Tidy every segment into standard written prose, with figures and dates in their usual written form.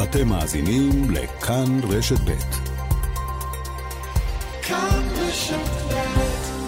אתם מאזינים לכאן רשת ב'. כאן רשת ב'.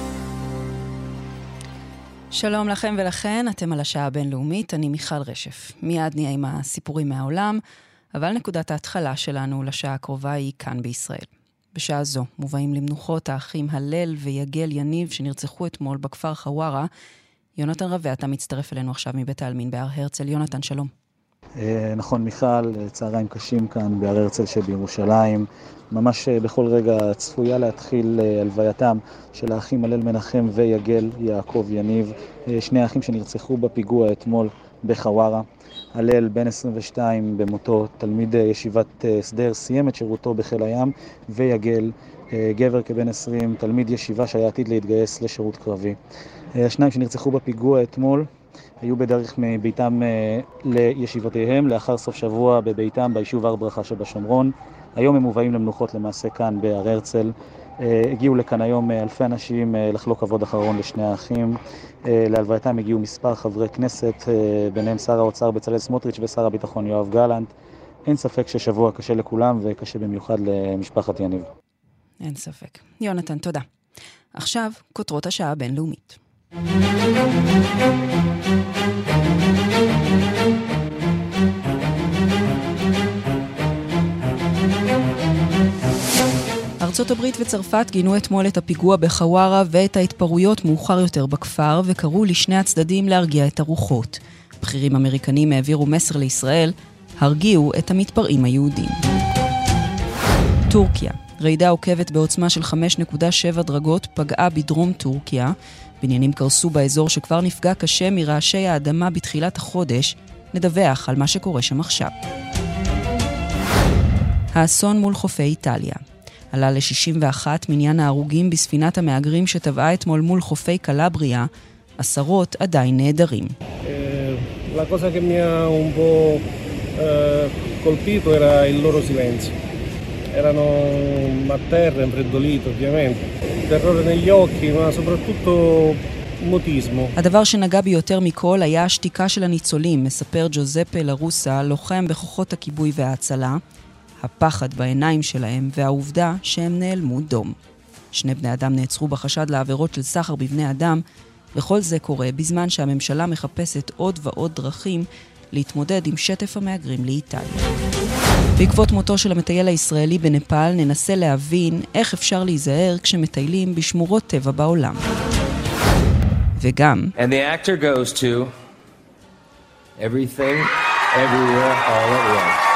שלום לכם ולכן, אתם על השעה הבינלאומית, אני מיכל רשף. מיד נהיה עם הסיפורים מהעולם, אבל נקודת ההתחלה שלנו לשעה הקרובה היא כאן בישראל. בשעה זו מובאים למנוחות האחים הלל ויגל יניב שנרצחו אתמול בכפר חווארה. יונתן רווה, אתה מצטרף אלינו עכשיו מבית העלמין בהר הרצל. יונתן, שלום. נכון מיכל, צהריים קשים כאן בהר הרצל שבירושלים. ממש בכל רגע צפויה להתחיל הלווייתם של האחים הלל מנחם ויגל יעקב יניב, שני האחים שנרצחו בפיגוע אתמול בחווארה. הלל בן 22 במותו, תלמיד ישיבת סדר, סיים את שירותו בחיל הים, ויגל גבר כבן 20, תלמיד ישיבה שהיה עתיד להתגייס לשירות קרבי. השניים שנרצחו בפיגוע אתמול היו בדרך מביתם לישיבותיהם לאחר סוף שבוע בביתם ביישוב הר ברכה שבשומרון. היום הם מובאים למנוחות למעשה כאן בהר הרצל. הגיעו לכאן היום אלפי אנשים לחלוק כבוד אחרון לשני האחים. להלווייתם הגיעו מספר חברי כנסת, ביניהם שר האוצר בצלאל סמוטריץ' ושר הביטחון יואב גלנט. אין ספק ששבוע קשה לכולם וקשה במיוחד למשפחת יניב. אין ספק. יונתן, תודה. עכשיו, כותרות השעה הבינלאומית. ארצות הברית וצרפת גינו אתמול את הפיגוע בחווארה ואת ההתפרעויות מאוחר יותר בכפר, וקראו לשני הצדדים להרגיע את הרוחות. בכירים אמריקנים העבירו מסר לישראל, הרגיעו את המתפרעים היהודים. טורקיה, רעידה עוקבת בעוצמה של 5.7 דרגות פגעה בדרום טורקיה. בניינים קרסו באזור שכבר נפגע קשה מרעשי האדמה בתחילת החודש. נדווח על מה שקורה שם עכשיו. האסון מול חופי איטליה. עלה ל-61 מניין ההרוגים בספינת המאגרים שטבעה אתמול מול חופי קלבריה. עשרות עדיין נהדרים. La cosa che mi ha un po' colpito era il loro silenzio. Erano a terra, infreddoliti ovviamente. Terrore negli occhi, ma soprattutto mutismo. הדבר שנגע ביותר מכל היה השתיקה של הניצולים, מספר ג'וזפה לרוסה, לוחם בכוחות הכיבוי וההצלה. הפחד בעיניים שלהם והעובדה שהם נעלמו דום. שני בני אדם נעצרו בחשד לעבירות של סחר בבני אדם, וכל זה קורה בזמן שהממשלה מחפשת עוד ועוד דרכים להתמודד עם שטף המאגרים לאיטליה. בעקבות מותו של המטייל הישראלי בנפאל ננסה להבין איך אפשר להיזהר כשמטיילים בשמורות טבע בעולם. וגם And the actor goes to everything, everywhere, all at once.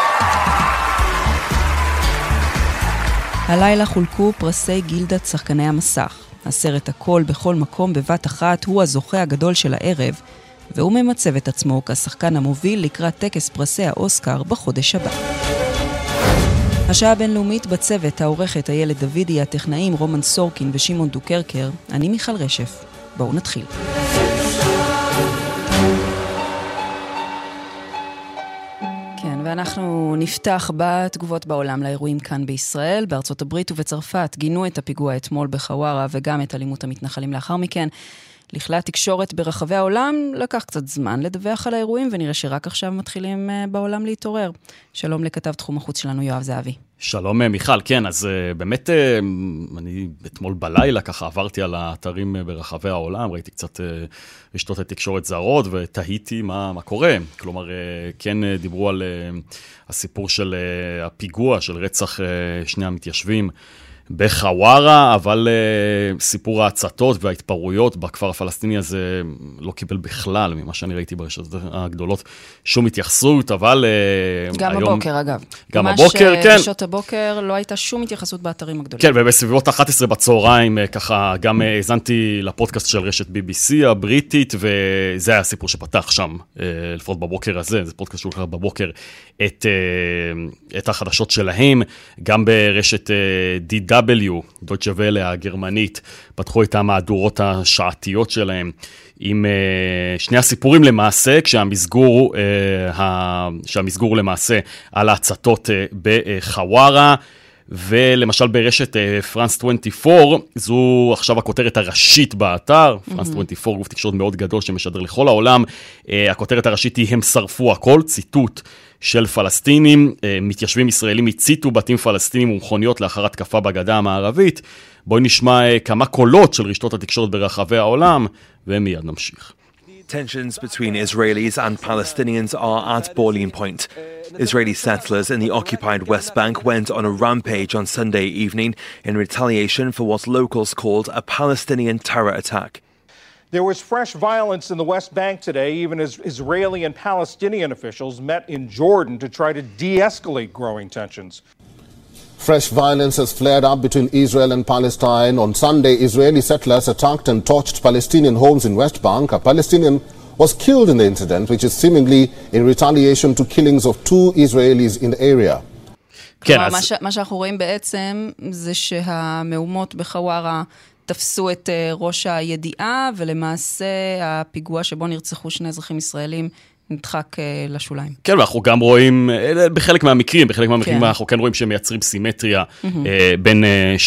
הלילה חולקו פרסי גילדת שחקני המסך. הסרט הכל בכל מקום בבת אחת הוא הזוכה הגדול של הערב, והוא ממצב את עצמו כשחקן המוביל לקראת טקס פרסי האוסקר בחודש הבא. השעה הבינלאומית בצוות העורכת איילת דוידי, הטכנאים רומן סורקין ושמעון דוקרקר. אני מיכל רשף. בואו נתחיל. ואנחנו נפתח בתגובות בעולם לאירועים כאן בישראל. בארצות הברית ובצרפת גינו את הפיגוע אתמול בחווארה וגם את אלימות המתנחלים לאחר מכן. לכלי התקשורת ברחבי העולם לקח קצת זמן לדווח על האירועים, ונראה שרק עכשיו מתחילים בעולם להתעורר. שלום לכתב תחום החוץ שלנו יואב זהבי. שלום מיכל, כן, אז באמת אני אתמול בלילה ככה עברתי על האתרים ברחבי העולם, ראיתי קצת רשתות התקשורת זרות ותהיתי מה קורה. כלומר, כן דיברו על הסיפור של הפיגוע, של רצח שני המתיישבים בחווארה, אבל סיפור ההצתות וההתפרעויות בכפר הפלסטיני הזה לא קיבל בכלל, ממה שאני ראיתי ברשתות הגדולות, שום התייחסות, אבל גם היום... הבוקר, אגב. גם הבוקר, כן. ממש בשעות הבוקר לא הייתה שום התייחסות באתרים הגדולים. כן, ובסביבות 11 בצהריים, ככה גם הזנתי לפודקאסט של רשת BBC הבריטית, וזה היה הסיפור שפתח שם, לפחות בבוקר הזה, זה פודקאסט שהולך בבוקר, את החדשות שלהם, גם ברשת DW, דויטשה וולה הגרמנית, פתחו את המהדורות השעתיות שלהם, עם שני הסיפורים למעשה, כשהמסגור למעשה על ההצתות בחווארה, ולמשל ברשת פרנס 24, זו עכשיו הכותרת הראשית באתר, פרנס 24, גוף תקשורת מאוד גדול שמשדר לכל העולם, הכותרת הראשית היא, הם שרפו הכל, ציטוט של פלסטינים. מתיישבים ישראלים הציתו בתים פלסטינים ומכוניות לאחר התקפה בגדה המערבית. בואי נשמע כמה קולות של רשתות התקשורת ברחבי העולם, ומיד נמשיך. Tensions between Israelis and Palestinians are at boiling point. Israeli settlers in the occupied West Bank went on a rampage on Sunday evening in retaliation for what locals called a Palestinian terror attack. There was fresh violence in the West Bank today, even as Israeli and Palestinian officials met in Jordan to try to de-escalate growing tensions. Fresh violence has flared up between Israel and Palestine. On Sunday, Israeli settlers attacked and torched Palestinian homes in West Bank. A Palestinian was killed in the incident, which is seemingly in retaliation to killings of 2 Israelis in the area. מה שאנחנו רואים בעצם זה שהמהומות בחווארה תפסו את ראש הידיעה, ולמעשה הפיגוע שבו נרצחו 2 אזרחים ישראלים נדחק לשוליים. כן, ואנחנו גם רואים, בחלק מהמקרים אנחנו כן רואים שהם מייצרים סימטריה בין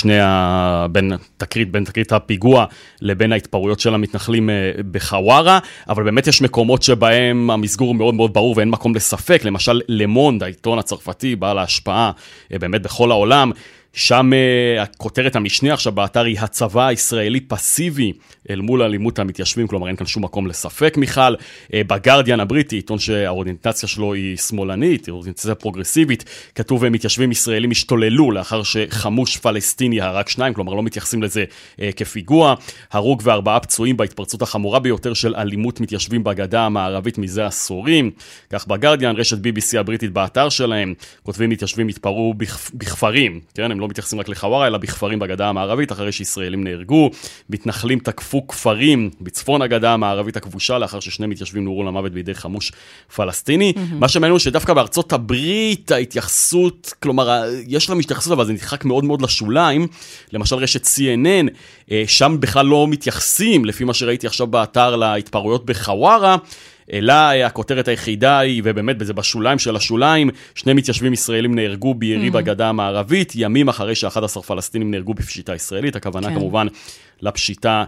תקרית הפיגוע לבין ההתפרעויות של המתנחלים בחווארה, אבל באמת יש מקומות שבהם המסגור מאוד מאוד ברור ואין מקום לספק, למשל למונד, העיתון הצרפתי, בעל ההשפעה באמת בכל העולם, שם הכותרת המשנה עכשיו באתר היא הצבא הישראלי פסיבי אל מול אלימות המתיישבים, כלומר אין כאן שום מקום לספק מיכל. בגרדיאן הבריטי, עיתון שהאוריינטציה שלו היא שמאלנית, אוריינטציה פרוגרסיבית, כתוב מתיישבים ישראלים השתוללו לאחר שחמוש פלסטיני הרג 2, כלומר לא מתייחסים לזה כפיגוע. הרוג ו4 פצועים בהתפרצות החמורה ביותר של אלימות מתיישבים בגדה המערבית מזה עשורים. כך בגרדיאן, רשת BBC הבריטית באתר שלהם, כותבים מתיישבים התפרעו בכפרים, כן? הם לא מתייחסים רק לחווארה, אלא בכפרים בגדה המערבית, אחרי שישראלים נהרגו. מתנחלים תקפו כפרים בצפון הגדה המערבית הכבושה, לאחר ש2 מתיישבים נורו למוות בידי חמוש פלסטיני. מה שמעניין הוא שדווקא בארצות הברית ההתייחסות, כלומר, יש להם התייחסות, אבל זה נדחק מאוד מאוד לשוליים. למשל רשת CNN, שם בכלל לא מתייחסים, לפי מה שראיתי עכשיו באתר, להתפרעויות בחווארה, אלא הכותרת היחידה היא, ובאמת בזה בשוליים של השוליים, 2 מתיישבים ישראלים נהרגו בירי בגדה המערבית, ימים אחרי ש11 פלסטינים נהרגו בפשיטה ישראלית, הכוונה כמובן לפשיטה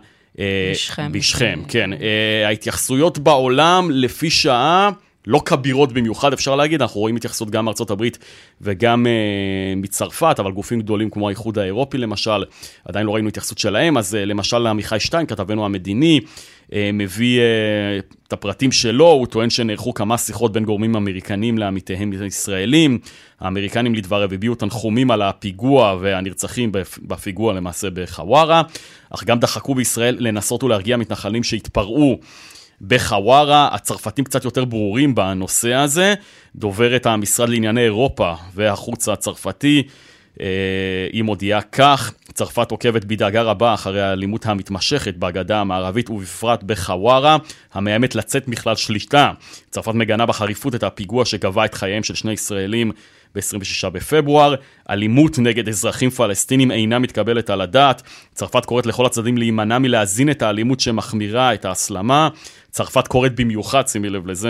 בשכם. כן. ההתייחסויות בעולם לפי שעה, לא כבירות במיוחד, אפשר להגיד, אנחנו רואים התייחסות גם מארצות הברית וגם מצרפת, אבל גופים גדולים כמו האיחוד האירופי למשל, עדיין לא ראינו התייחסות שלהם, אז למשל עמיחי שטיין, כתבנו המדיני, מביא את הפרטים שלו, הוא טוען שנערכו כמה שיחות בין גורמים אמריקנים לעמיתיהם ישראלים, האמריקנים לדבריו הביעו תנחומים על הפיגוע והנרצחים בפיגוע למעשה בחווארה, אך גם דחקו בישראל לנסות ולהרגיע מתנחלים שהתפרעו בחווארה. הצרפתים קצת יותר ברורים בנושא הזה, דוברת המשרד לענייני אירופה והחוץ הצרפתי, היא מודיעה כך: צרפת עוקבת בדאגה רבה אחרי האלימות המתמשכת בגדה המערבית ובפרט בחווארה, המאיימת לצאת מכלל שליטה. צרפת מגנה בחריפות את הפיגוע שגבה את חייהם של 2 ישראלים ב-26 בפברואר. אלימות נגד אזרחים פלסטינים אינה מתקבלת על הדעת. צרפת קוראת לכל הצדדים להימנע מלהזין את האלימות שמחמירה את ההסלמה. צרפת קוראת במיוחד, שימי לב לזה,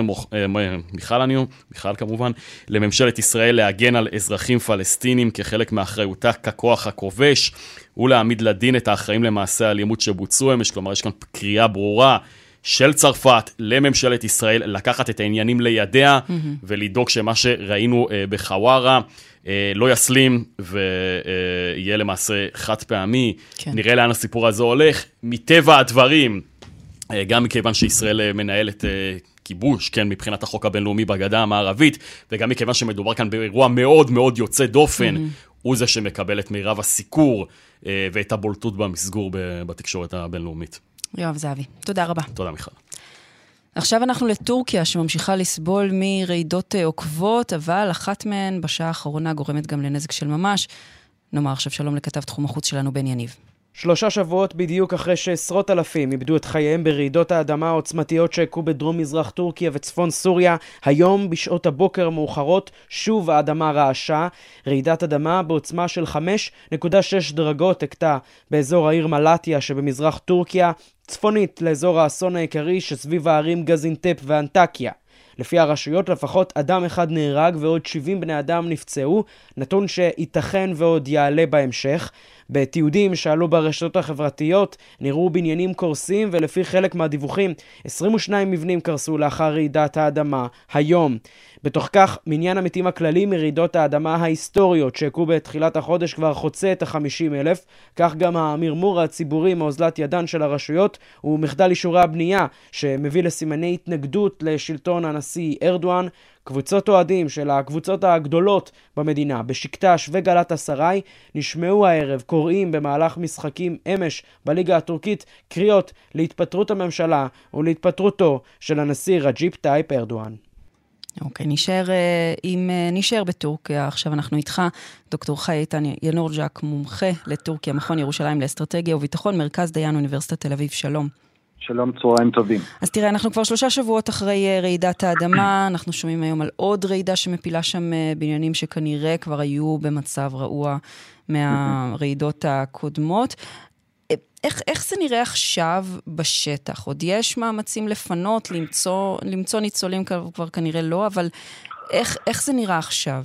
מיכל כמובן, לממשלת ישראל להגן על אזרחים פלסטינים כחלק מאחריותה ככוח הכובש, ולהעמיד לדין את האחראים למעשה האלימות שבוצעו אמש. כלומר, יש כאן קריאה ברורה של צרפת לממשלת ישראל לקחת את העניינים לידיה, ולדאוג שמה שראינו בחווארה לא יסלים ויהיה למעשה חד פעמי. נראה לאן הסיפור הזה הולך. מטבע הדברים, גם מכיוון שישראל מנהלת כיבוש, כן, מבחינת החוק הבינלאומי בגדה המערבית, וגם מכיוון שמדובר כאן באירוע מאוד מאוד יוצא דופן, הוא זה שמקבל את מירב הסיקור ואת הבולטות במסגור בתקשורת הבינלאומית. יואב זהבי, תודה רבה. תודה מיכל. עכשיו אנחנו לטורקיה, שממשיכה לסבול מרעידות עוקבות, אבל אחת מהן בשעה האחרונה גורמת גם לנזק של ממש. נאמר עכשיו שלום לכתב תחום החוץ שלנו בן יניב. 3 שבועות בדיוק אחרי שעשרות אלפים איבדו את חייהם ברעידות האדמה העוצמתיות שהכו בדרום מזרח טורקיה וצפון סוריה, היום בשעות הבוקר המאוחרות שוב האדמה רעשה. רעידת אדמה בעוצמה של 5.6 דרגות הכתה באזור העיר מלטיה שבמזרח טורקיה, צפונית לאזור האסון העיקרי שסביב הערים גזינטפ ואנטקיה. לפי הרשויות לפחות אדם אחד נהרג ועוד 70 בני אדם נפצעו, נתון שייתכן ועוד יעלה בהמשך. בתיעודים שעלו ברשתות החברתיות נראו בניינים קורסים, ולפי חלק מהדיווחים 22 מבנים קרסו לאחר רעידת האדמה היום. בתוך כך, מניין המתים הכללי מרעידות האדמה ההיסטוריות שהקו בתחילת החודש כבר חוצה את ה-50,000, כך גם המרמור הציבורי מאוזלת ידן של הרשויות ומחדל אישורי הבנייה שמביא לסימני התנגדות לשלטון הנשיא ארדואן. קבוצות אוהדים של הקבוצות הגדולות במדינה, בשקטש וגלת אסריי, נשמעו הערב קוראים במהלך משחקים אמש בליגה הטורקית קריאות להתפטרות הממשלה ולהתפטרותו של הנשיא רג'יפ טייפ ארדואן. אוקיי, נשאר בטורקיה. עכשיו אנחנו איתך, דוקטור חי איתן ינורג'ק, מומחה לטורקיה, מכון ירושלים לאסטרטגיה וביטחון, מרכז דיין אוניברסיטת תל אביב. שלום. שלום, צהריים טובים. אז תראה, אנחנו כבר 3 שבועות אחרי רעידת האדמה, אנחנו שומעים היום על עוד רעידה שמפילה שם בניינים שכנראה כבר היו במצב רעוע מהרעידות הקודמות. איך זה נראה עכשיו בשטח? עוד יש מאמצים לפנות, למצוא ניצולים כבר כנראה לא, אבל איך זה נראה עכשיו?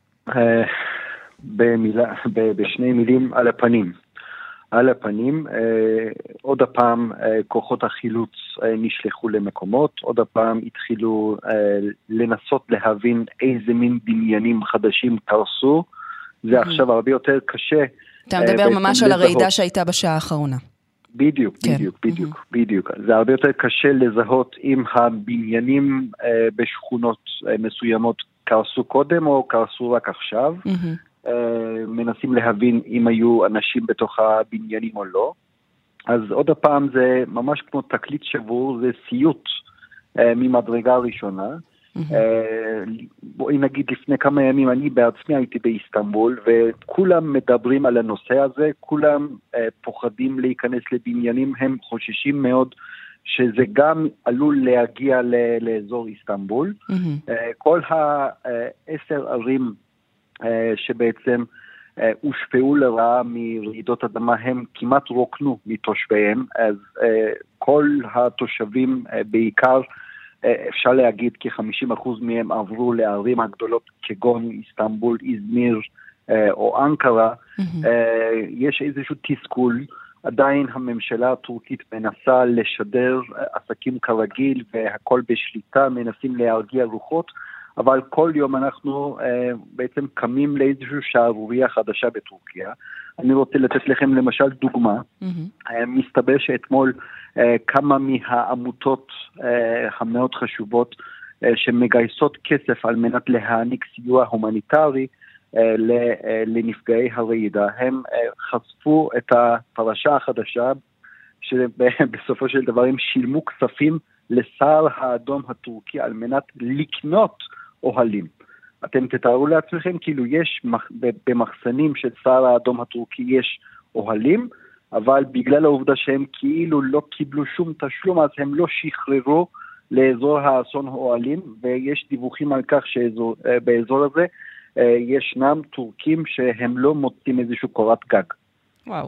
בשני מילים, על הפנים, עוד הפעם כוחות החילוץ נשלחו למקומות, עוד הפעם התחילו לנסות להבין איזה מין בניינים חדשים קרסו, זה עכשיו הרבה יותר קשה. אתה מדבר ממש על הרעידה שהייתה בשעה האחרונה. בדיוק. זה הרבה יותר קשה לזהות אם הבניינים בשכונות מסוימות קרסו קודם או קרסו רק עכשיו. מנסים להבין אם היו אנשים בתוך הבניינים או לא. אז עוד הפעם זה ממש כמו תקליט שבור, זה סיוט ממדרגה ראשונה. בואי נגיד לפני כמה ימים אני בעצמי הייתי באיסטנבול וכולם מדברים על הנושא הזה, כולם פוחדים להיכנס לבניינים, הם חוששים מאוד שזה גם עלול להגיע לאזור איסטנבול. כל 10 ערים שבעצם הושפעו לרעה מרעידות אדמה הם כמעט רוקנו מתושביהם, אז כל התושבים בעיקר אפשר להגיד כ-50% מהם עברו לערים הגדולות כגון איסטנבול, איזמיר או אנקרה. יש איזשהו תסכול, עדיין הממשלה הטורקית מנסה לשדר עסקים כרגיל והכל בשליטה, מנסים להרגיע רוחות, אבל כל יום אנחנו בעצם קמים לאיזושהי שערוריה חדשה בטורקיה. אני רוצה לתת לכם למשל דוגמה. מסתבר שאתמול כמה מהעמותות המאוד חשובות שמגייסות כסף על מנת להעניק סיוע הומניטרי לנפגעי הרעידה, הם חשפו את הפרשה החדשה שבסופו של דבר הם שילמו כספים לסהר האדום הטורקי על מנת לקנות אוהלים. אתם תתארו לעצמכם, כאילו יש במחסנים של סהר האדום הטורקי יש אוהלים, אבל בגלל העובדה שהם כאילו לא קיבלו שום תשלום, אז הם לא שחררו לאזור האסון אוהלים, ויש דיווחים על כך שבאזור הזה ישנם טורקים שהם לא מוצאים איזשהו קורת גג. וואו,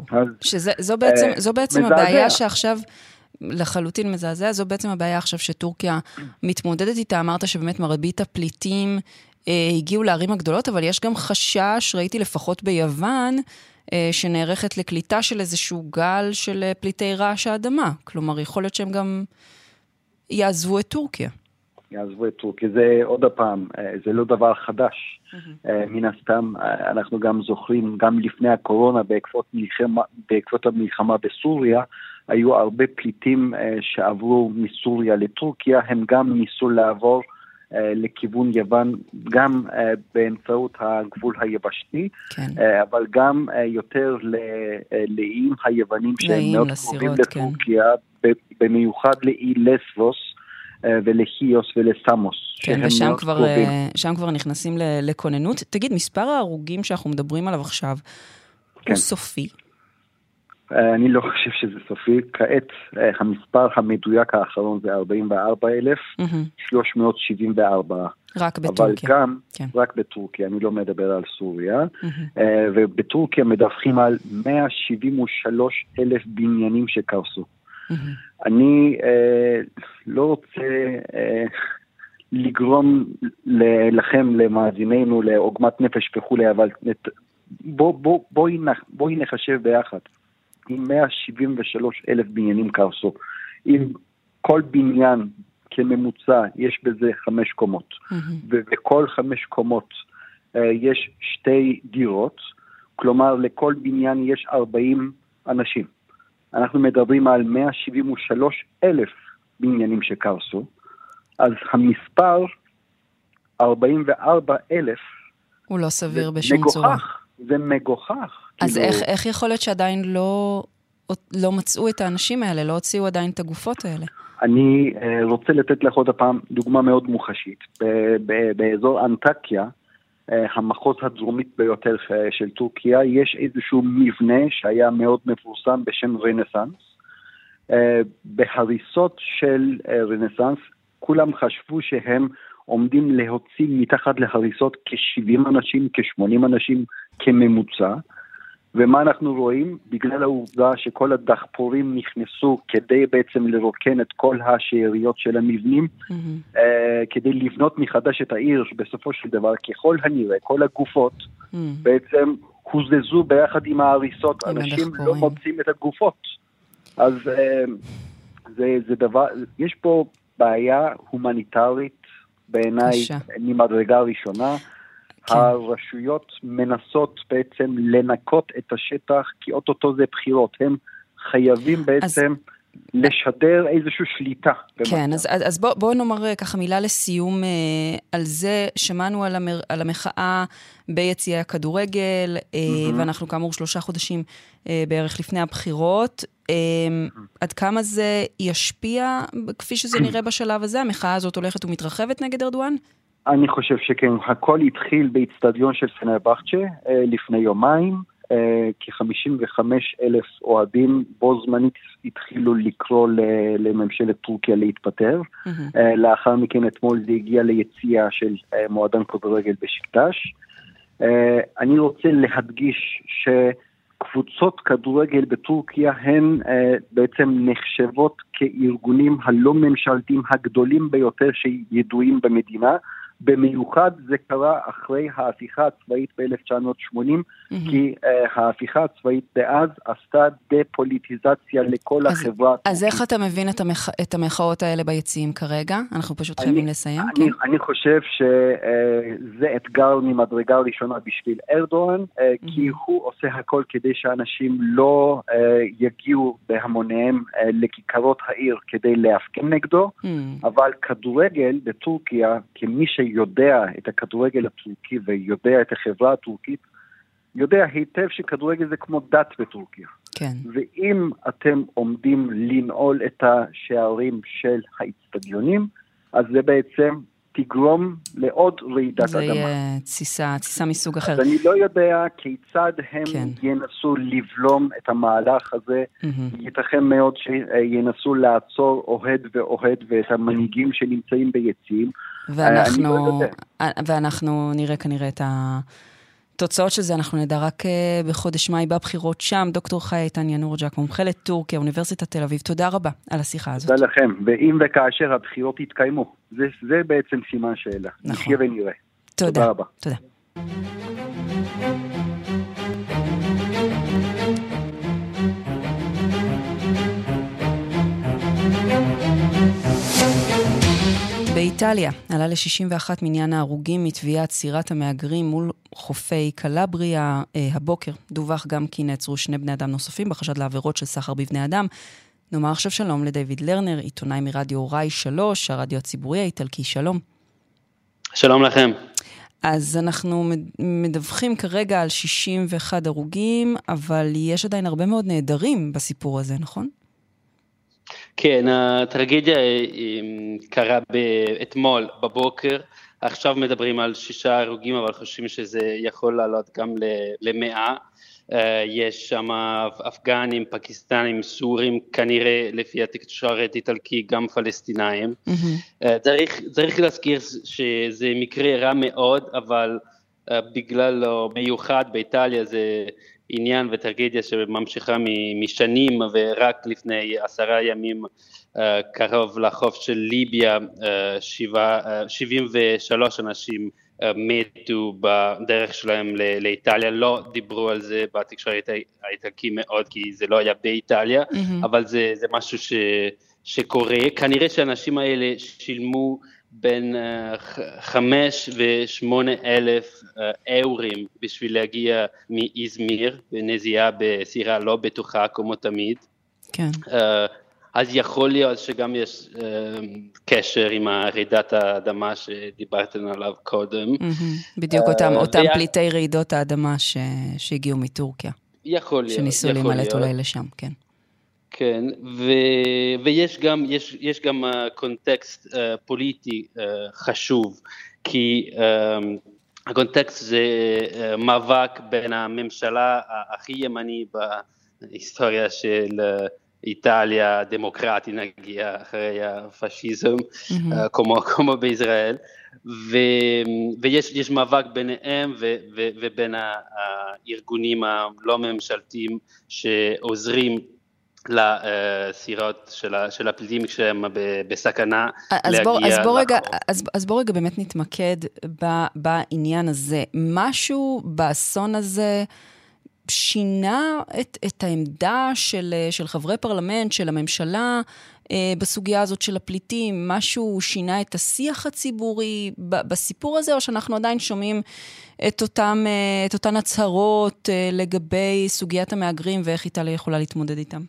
זו בעצם הבעיה שעכשיו לחלוטין מזעזע, זו בעצם הבעיה עכשיו שטורקיה מתמודדת איתה. אמרת שבאמת מרבית הפליטים הגיעו לערים הגדולות, אבל יש גם חשש, ראיתי לפחות ביוון, שנערכת לקליטה של איזשהו גל של פליטי רעש האדמה. כלומר, יכול להיות שהם גם יעזבו את טורקיה. יעזבו את טורקיה. זה עוד הפעם, זה לא דבר חדש. מן הסתם, אנחנו גם זוכרים, גם לפני הקורונה, בעקבות המלחמה בסוריה, היו הרבה פליטים שעברו מסוריה לטורקיה, הם גם ניסו לעבור לכיוון יוון, גם באמצעות הגבול היבשתי, אבל גם יותר לאיים היוונים שהם מאוד קרובים לטורקיה, במיוחד לאי לסבוס ולחיוס ולסמוס. כן, ושם כבר נכנסים לכוננות. תגיד, מספר ההרוגים שאנחנו מדברים עליו עכשיו, הוא סופי? אני לא חושב שזה סופי. כעת המספר המדויק האחרון זה 44,374. רק בטורקיה. אבל גם, רק בטורקיה, אני לא מדבר על סוריה. ובטורקיה מדווחים על 173,000 בניינים שקרסו. אני לא רוצה לגרום לכם, למאזיננו, לעוגמת נפש וכולי, אבל בואי נחשב ביחד. עם 173,000 בניינים קרסו. אם כל בניין כממוצע יש בזה 5 קומות, ובכל 5 קומות יש 2 דירות, כלומר לכל בניין יש 40 אנשים. אנחנו מדברים על 173,000 בניינים שקרסו, אז המספר 44,000 הוא לא סביר בשום צורה. זה מגוחך. אז איך יכול להיות שעדיין לא מצאו את האנשים האלה, לא הוציאו עדיין את הגופות האלה? אני רוצה לתת לך עוד הפעם דוגמה מאוד מוחשית. באזור אנטקיה, המחוז הדרומית ביותר של טורקיה, יש איזשהו מבנה שהיה מאוד מפורסם בשם רנסנס. בהריסות של רנסנס, כולם חשבו שהם עומדים להוציא מתחת להריסות כ-70 אנשים, כ-80 אנשים כממוצע. ומה אנחנו רואים? בגלל העובדה שכל הדחפורים נכנסו כדי בעצם לרוקן את כל השאריות של המבנים, כדי לבנות מחדש את העיר, בסופו של דבר, ככל הנראה, כל הגופות בעצם הוזזו ביחד עם ההריסות, אנשים לא מוצאים את הגופות. אז זה דבר, יש פה בעיה הומניטרית, בעיניי ממדרגה ראשונה. הרשויות מנסות בעצם לנקות את השטח, כי אוטוטו זה בחירות. הם חייבים בעצם לשדר איזושהי שליטה. כן, אז בואו נאמר ככה מילה לסיום על זה. שמענו על המחאה ביציעי הכדורגל, ואנחנו כאמור 3 חודשים בערך לפני הבחירות. עד כמה זה ישפיע, כפי שזה נראה בשלב הזה? המחאה הזאת הולכת ומתרחבת נגד ארדואן? אני חושב שכן, הכל התחיל באצטדיון של פנרבחצ'ה לפני יומיים, כ-55,000 אוהדים בו זמנית התחילו לקרוא לממשלת טורקיה להתפטר. לאחר מכן אתמול זה הגיע ליציאה של מועדון כדורגל בשקטש. אני רוצה להדגיש שקבוצות כדורגל בטורקיה הן בעצם נחשבות כארגונים הלא ממשלתיים הגדולים ביותר שידועים במדינה. במיוחד זה קרה אחרי ההפיכה הצבאית ב-1980, כי ההפיכה הצבאית דאז עשתה דפוליטיזציה לכל החברה. אז איך אתה מבין את המחאות האלה ביציעים כרגע? אנחנו פשוט חייבים לסיים. אני חושב שזה אתגר ממדרגה ראשונה בשביל ארדואן, כי הוא עושה הכל כדי שאנשים לא יגיעו בהמוניהם לכיכרות העיר כדי להפגין נגדו, אבל כדורגל בטורקיה, כמי שיודע את הכדורגל הטורקי ויודע את החברה הטורקית, יודע היטב שכדורגל זה כמו דת בטורקיה. כן. ואם אתם עומדים לנעול את השערים של האצטדיונים, אז זה בעצם תגרום לעוד רעידת אדמה. זה יהיה תסיסה מסוג אחר. אז אני לא יודע כיצד הם ינסו לבלום את המהלך הזה. ייתכן מאוד שינסו לעצור אוהד ואת המנהיגים שנמצאים ביציעים. ואנחנו נראה כנראה את התוצאות של זה, אנחנו נדע רק בחודש מאי בבחירות שם. דוקטור חיה איתן ינורג'ק, מומחה לטורקיה, אוניברסיטת תל אביב, תודה רבה על השיחה הזאת. תודה לכם, ואם וכאשר הבחירות יתקיימו, זה בעצם סימן שאלה. נכון. נחיה ונראה. תודה רבה. תודה. באיטליה עלה ל-61 מניין ההרוגים מתביעת סירת המהגרים מול חופי קלבריה. הבוקר דווח גם כי נעצרו 2 בני אדם נוספים בחשד לעבירות של סחר בבני אדם. נאמר עכשיו שלום לדיוויד לרנר, עיתונאי מרדיו ראי 3, הרדיו הציבורי האיטלקי. שלום. שלום לכם. אז אנחנו מדווחים כרגע על 61 הרוגים, אבל יש עדיין הרבה מאוד נעדרים בסיפור הזה, נכון? כן, הטרגדיה קרה אתמול בבוקר, עכשיו מדברים על 6 הרוגים, אבל חושבים שזה יכול לעלות גם ל100. יש שם אפגנים, פקיסטנים, סורים, כנראה לפי התקשורת איטלקי גם פלסטינאים. צריך להזכיר שזה מקרה רע מאוד, אבל בגלל מיוחד באיטליה זה עניין וטרגדיה שממשיכה משנים, ורק לפני 10 ימים קרוב לחוף של ליביה 73 אנשים מתו בדרך שלהם לאיטליה, לא דיברו על זה בתקשורת האיטלקי מאוד, כי זה לא היה באיטליה, אבל זה משהו שקורה. כנראה שהאנשים האלה שילמו בין 5 ו8 אלף איורים בשביל להגיע מאיזמיר, בנסיעה בסירה לא בטוחה כמו תמיד. כן. אז יכול להיות שגם יש קשר עם רעידת האדמה שדיברתם עליו קודם. בדיוק אותם פליטי רעידות האדמה שהגיעו מטורקיה. יכול להיות. שניסו להימלט אולי לשם, כן. כן, ויש גם קונטקסט פוליטי חשוב, כי הקונטקסט זה מאבק בין הממשלה הכי ימני בהיסטוריה של איטליה דמוקרטית, נגיע אחרי הפשיזם, כמו בישראל, ויש מאבק ביניהם ובין הארגונים הלא ממשלתיים שעוזרים לסירות של הפליטים כשהם בסכנה להגיע. אז בוא רגע באמת נתמקד בעניין הזה. משהו באסון הזה שינה את העמדה של חברי פרלמנט, של הממשלה, בסוגיה הזאת של הפליטים? משהו שינה את השיח הציבורי בסיפור הזה, או שאנחנו עדיין שומעים את אותן הצהרות לגבי סוגיית המהגרים ואיך איטליה יכולה להתמודד איתם?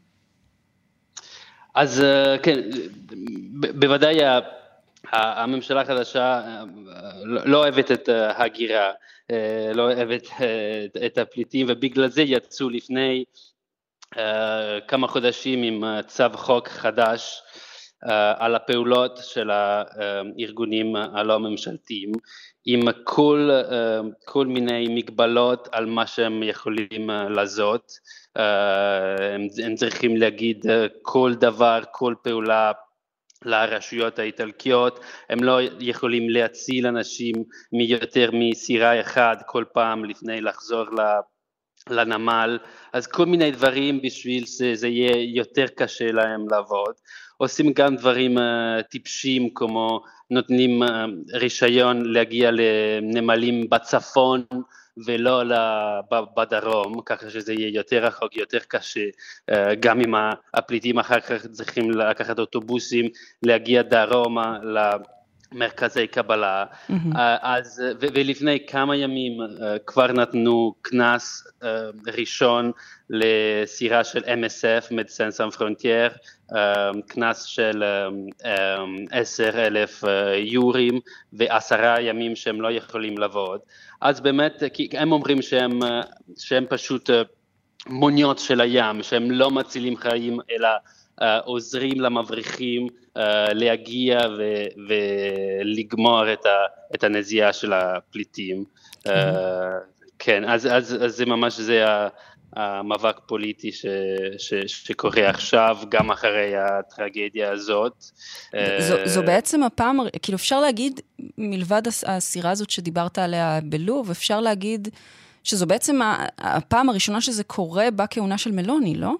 אז כן, בוודאי הממשלה החדשה לא אוהבת את ההגירה, לא אוהבת את הפליטים, ובגלל זה יצאו לפני כמה חודשים עם צו חוק חדש על הפעולות של הארגונים הלא ממשלתיים, עם כל מיני מגבלות על מה שהם יכולים לעשות. הם צריכים להגיד כל דבר, כל פעולה לרשויות האיטלקיות, הם לא יכולים להציל אנשים מיותר מסירה אחד כל פעם לפני לחזור לנמל, אז כל מיני דברים בשביל שזה יהיה יותר קשה להם לעבוד. עושים גם דברים טיפשים, כמו נותנים רישיון להגיע לנמלים בצפון ולא בדרום, ככה שזה יהיה יותר רחוק, יותר קשה, גם אם הפליטים אחר כך צריכים לקחת אוטובוסים, להגיע דרומה למרכזי קבלה. אז, ולפני כמה ימים כבר נתנו כנס ראשון לסירה של MSF, Médecins Sans Frontières, כנס של 10,000 יורים ו10 ימים שהם לא יכולים לעבוד. אז באמת, כי הם אומרים שהם פשוט מוניות של הים, שהם לא מצילים חיים, אלא עוזרים למבריחים להגיע ולגמור את הנזיעה של הפליטים. כן, אז זה ממש, זה המאבק פוליטי שקורה עכשיו, גם אחרי הטרגדיה הזאת. זו בעצם הפעם, כאילו אפשר להגיד, מלבד הסירה הזאת שדיברת עליה בלוב, אפשר להגיד שזו בעצם הפעם הראשונה שזה קורה בכהונה של מלוני, לא?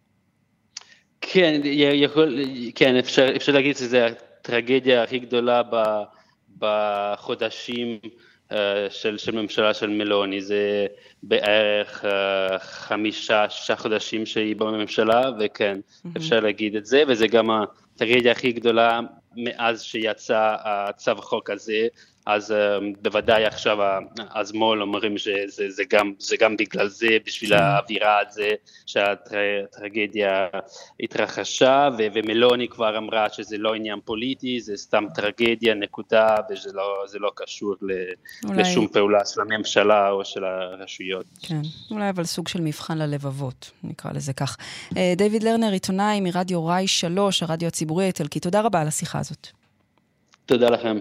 כן, אפשר להגיד שזו הטרגדיה הכי גדולה בחודשים של ממשלה של מלוני. זה בערך 5-6 חודשים שהיא בממשלה, וכן, אפשר להגיד את זה, וזה גם הטרגדיה הכי גדולה מאז שיצא הצו חוק הזה. אז בוודאי עכשיו השמאל אומרים שזה גם בגלל זה, בשביל האווירה הזה שהטרגדיה התרחשה, ומלוני כבר אמרה שזה לא עניין פוליטי, זה סתם טרגדיה, נקודה, וזה לא קשור לשום פעולה של הממשלה או של הרשויות. כן, אולי אבל סוג של מבחן ללבבות, נקרא לזה כך. דיוויד לרנר, עיתונאי מרדיו ראי 3, הרדיו הציבורי האיטלקי, תודה רבה על השיחה הזאת. תודה לכם.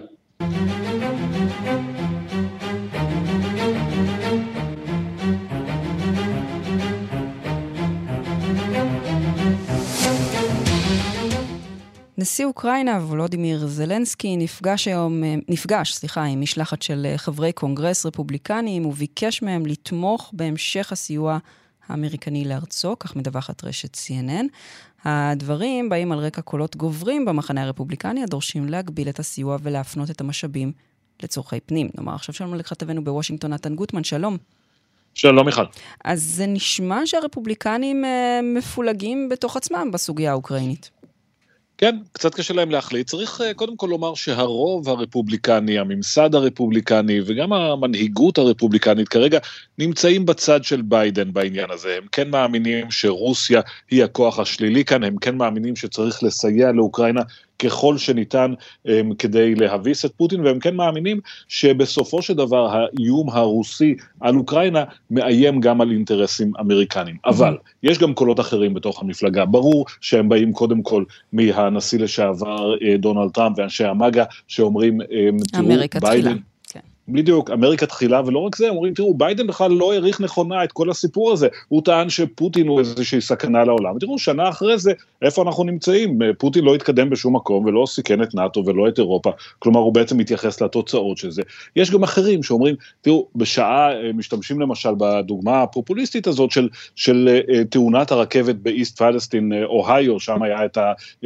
נשיא אוקראינה וולודימיר זלנסקי נפגש עם משלחת של חברי קונגרס רפובליקניים וביקש מהם לתמוך בהמשך הסיוע האמריקני לארצו, כך מדווחת רשת CNN. הדברים באים על רקע קולות גוברים במחנה הרפובליקני הדורשים להגביל את הסיוע ולהפנות את המשאבים לצורכי פנים. נאמר, עכשיו שלום לכתבנו בוושינגטון, נתן גוטמן, שלום. שלום מיכל. אז זה נשמע שהרפובליקנים מפולגים בתוך עצמם בסוגיה האוקראינית. כן, קצת קשה להם להחליט. צריך קודם כל לומר שהרוב הרפובליקני, הממסד הרפובליקני וגם המנהיגות הרפובליקנית כרגע נמצאים בצד של ביידן בעניין הזה. הם כן מאמינים שרוסיה היא הכוח השלילי כאן, הם כן מאמינים שצריך לסייע לאוקראינה ככל שניתן כדי להביס את פוטין, והם כן מאמינים שבסופו של דבר האיום הרוסי על אוקראינה מאיים גם על אינטרסים אמריקנים. אבל יש גם קולות אחרים בתוך המפלגה. ברור שהם באים קודם כל מהנשיא לשעבר דונלד טראמפ ואנשי המגה שאומרים, תראו, ביידן... בדיוק, אמריקה תחילה, ולא רק זה, אומרים, תראו, ביידן בכלל לא העריך נכונה את כל הסיפור הזה, הוא טען שפוטין הוא איזושהי סכנה לעולם, תראו, שנה אחרי זה, איפה אנחנו נמצאים? פוטין לא התקדם בשום מקום, ולא סיכן את נאטו ולא את אירופה, כלומר, הוא בעצם מתייחס לתוצאות של זה. יש גם אחרים שאומרים, תראו, בשעה, משתמשים למשל בדוגמה הפופוליסטית הזאת של תאונת הרכבת באיסט פלסטין, אוהיו, שם היה את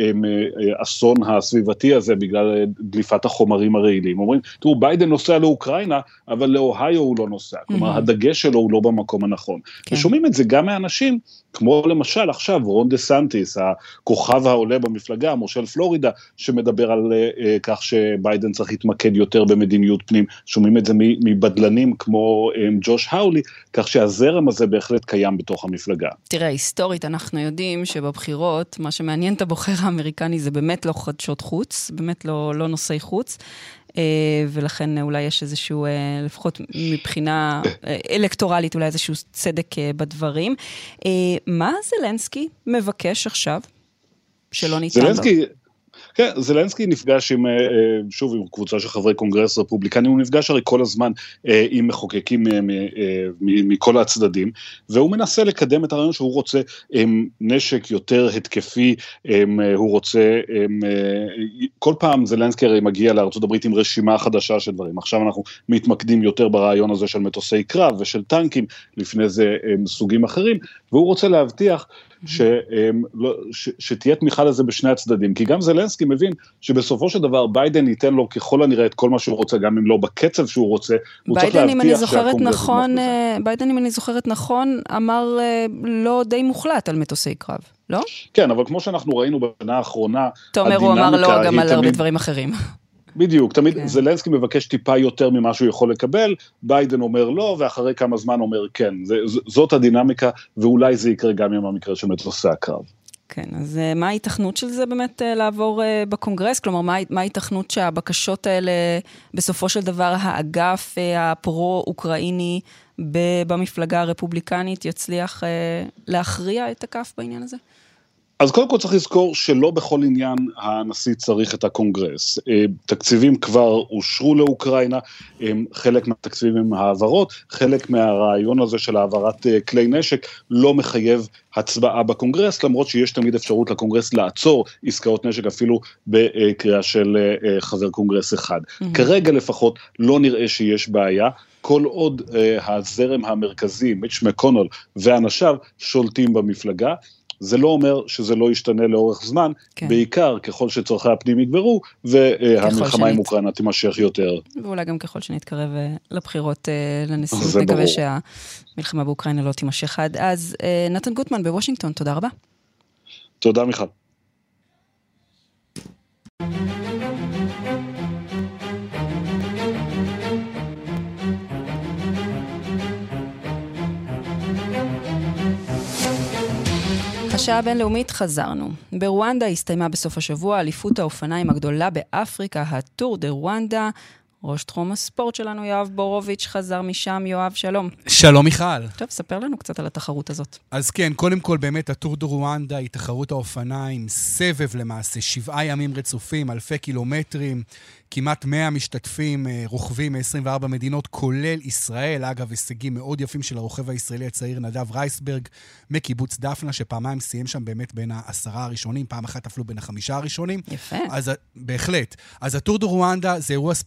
האסון הסביבתי הזה, בגלל דליפת החומרים הרעילים. אומרים, תראו, ביידן נוסע לאוקראינה, אבל לאוהיו הוא לא נוסע. כלומר, הדגש שלו הוא לא במקום הנכון. ושומעים את זה גם מאנשים, כמו למשל עכשיו רון דה סנטיס, הכוכב העולה במפלגה, מושל פלורידה, שמדבר על כך שביידן צריך להתמקד יותר במדיניות פנים. שומעים את זה מבדלנים כמו ג'וש האולי, כך שהזרם הזה בהחלט קיים בתוך המפלגה. תראה, היסטורית אנחנו יודעים שבבחירות, מה שמעניין את הבוחר האמריקני זה באמת לא חדשות חוץ, באמת לא נושאי חוץ, ולכן אולי יש איזשהו, לפחות מבחינה אלקטורלית, אולי איזשהו צדק בדברים. מה זלנסקי מבקש עכשיו שלא ניתן לו? כן, זלנסקי נפגש עם, שוב, עם קבוצה של חברי קונגרס רפובליקנים, הוא נפגש הרי כל הזמן עם מחוקקים מכל הצדדים, והוא מנסה לקדם את הרעיון שהוא רוצה נשק יותר התקפי, הוא רוצה, כל פעם זלנסקי הרי מגיע לארצות הברית עם רשימה חדשה של דברים, עכשיו אנחנו מתמקדים יותר ברעיון הזה של מטוסי קרב ושל טנקים, לפני זה סוגים אחרים, והוא רוצה להבטיח שתהיה תמיכה לזה בשני הצדדים, כי גם זלנסקי מבין שבסופו של דבר ביידן ייתן לו ככל הנראה את כל מה שהוא רוצה, גם אם לא בקצב שהוא רוצה, הוא צריך להבטיח שהקונגרס... ביידן, אם אני זוכרת נכון, אמר לא די מוחלט על מטוסי קרב, לא? כן, אבל כמו שאנחנו ראינו בשנה האחרונה, תומר, הוא אמר לא גם על הרבה דברים אחרים. בדיוק, תמיד זלנסקי מבקש טיפה יותר ממה שהוא יכול לקבל, ביידן אומר לא, ואחרי כמה זמן אומר כן. זאת הדינמיקה, ואולי זה יקרה גם עם המקרה של מטוסי הקרב. כן, אז מה ההתכנות של זה באמת לעבור בקונגרס? כלומר, מה ההתכנות שהבקשות האלה, בסופו של דבר, האגף הפרו-אוקראיני במפלגה הרפובליקנית יצליח להכריע את הכף בעניין הזה? אז קודם כל צריך לזכור שלא בכל עניין הנשיא צריך את הקונגרס. תקציבים כבר אושרו לאוקראינה, חלק מהתקציבים הם העברות, חלק מהרעיון הזה של העברת כלי נשק לא מחייב הצבעה בקונגרס, למרות שיש תמיד אפשרות לקונגרס לעצור עסקאות נשק אפילו בקריאה של חבר קונגרס אחד. כרגע לפחות לא נראה שיש בעיה, כל עוד הזרם המרכזי, מיץ' מקונל ואנשיו שולטים במפלגה, זה לא אומר שזה לא ישתנה לאורך זמן, בעיקר ככל שצורכי הפנים יגברו, והמלחמה עם אוקראינה תימשך יותר. ואולי גם ככל שנתקרב לבחירות לנשיאות, נקווה שהמלחמה באוקראינה לא תימשך עד אז. נתן גוטמן בוושינגטון, תודה רבה. תודה מיכל. השעה הבינלאומית חזרנו. ברואנדה הסתיימה בסוף השבוע אליפות האופניים הגדולה באפריקה, הטור דה רואנדה. ראש תחום הספורט שלנו, יואב בורוביץ', חזר משם. יואב, שלום. שלום מיכל. טוב, ספר לנו קצת על התחרות הזאת. אז כן, קודם כל באמת הטור דה רואנדה היא תחרות האופניים, סבב למעשה, 7 ימים רצופים, אלפי קילומטרים, כמעט 100 משתתפים, רוכבים מ-24 מדינות, כולל ישראל. אגב, הישגים מאוד יפים של הרוכב הישראלי הצעיר נדב רייסברג, מקיבוץ דפנה, שפעמיים סיים שם באמת בין 10 הראשונים, פעם אחת אפילו בין 5 הראשונים. יפה. אז בהחלט. אז הטור דה רואנדה זה אירוע ספורט מהגדולים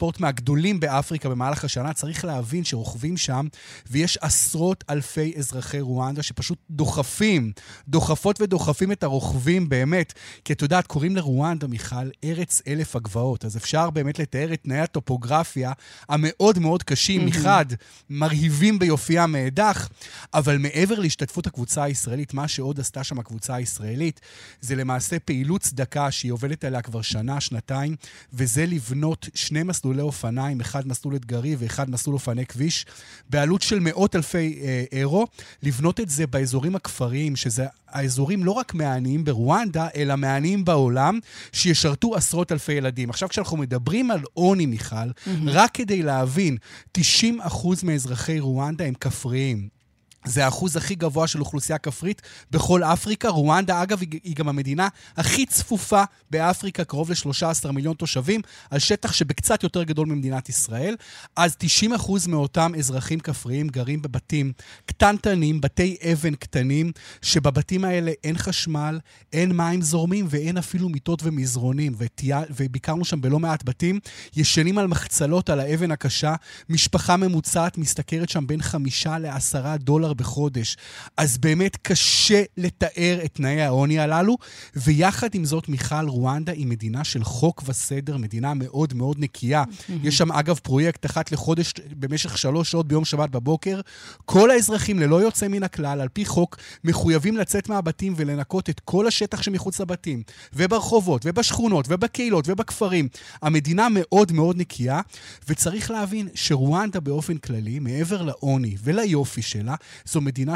הגדולים באפריקה במהלך השנה. צריך להבין שרוכבים שם, ויש עשרות אלפי אזרחי רואנדה שפשוט דוחפות ודוחפים את הרוכבים באמת. כי את יודעת, קוראים לרואנדה, מיכל, ארץ 1000 הגבעות. אז אפשר באמת לתאר את תנאי הטופוגרפיה המאוד מאוד קשים, מחד, מרהיבים ביופייה מאידך, אבל מעבר להשתתפות הקבוצה הישראלית, מה שעוד עשתה שם הקבוצה הישראלית, זה למעשה פעילות צדקה שהיא עובדת עליה כבר שנה, שנתיים, וזה לבנות 2 מסלולי אופניים, אחד מסלול אתגרי ואחד מסלול אופני כביש, בעלות של מאות אלפי אירו, לבנות את זה באזורים הכפריים, שזה האזורים לא רק מעניים ברואנדה, אלא מעניים בעולם, שישרתו עשרות אלפי ילדים. עכשיו כשאנחנו מדברים על עוני, מיכל, רק כדי להבין, 90% מאזרחי רואנדה הם כפריים. זה האחוז הכי גבוה של אוכלוסייה כפרית בכל אפריקה. רואנדה, אגב, היא גם המדינה הכי צפופה באפריקה, קרוב ל-13 מיליון תושבים, על שטח שבקצת יותר גדול ממדינת ישראל. אז 90% מאותם אזרחים כפריים גרים בבתים קטנטנים, בתי אבן קטנים, שבבתים האלה אין חשמל, אין מים זורמים ואין אפילו מיטות ומזרונים. וביקרנו שם בלא מעט בתים, ישנים על מחצלות על האבן הקשה, משפחה ממוצעת משתכרת שם בין $5 ל$10 בחודש. אז באמת קשה לתאר את תנאי העוני הללו, ויחד עם זאת, מיכל, רואנדה היא מדינה של חוק וסדר, מדינה מאוד מאוד נקייה. יש שם אגב פרויקט אחת לחודש במשך 3 שעות ביום שבת בבוקר. כל האזרחים ללא יוצא מן הכלל, על פי חוק, מחויבים לצאת מהבתים ולנקות את כל השטח שמחוץ לבתים, וברחובות, ובשכונות, ובקהילות, ובכפרים. המדינה מאוד מאוד נקייה, וצריך להבין שרואנדה באופן כללי, מעבר לעוני וליופי שלה, זו מדינה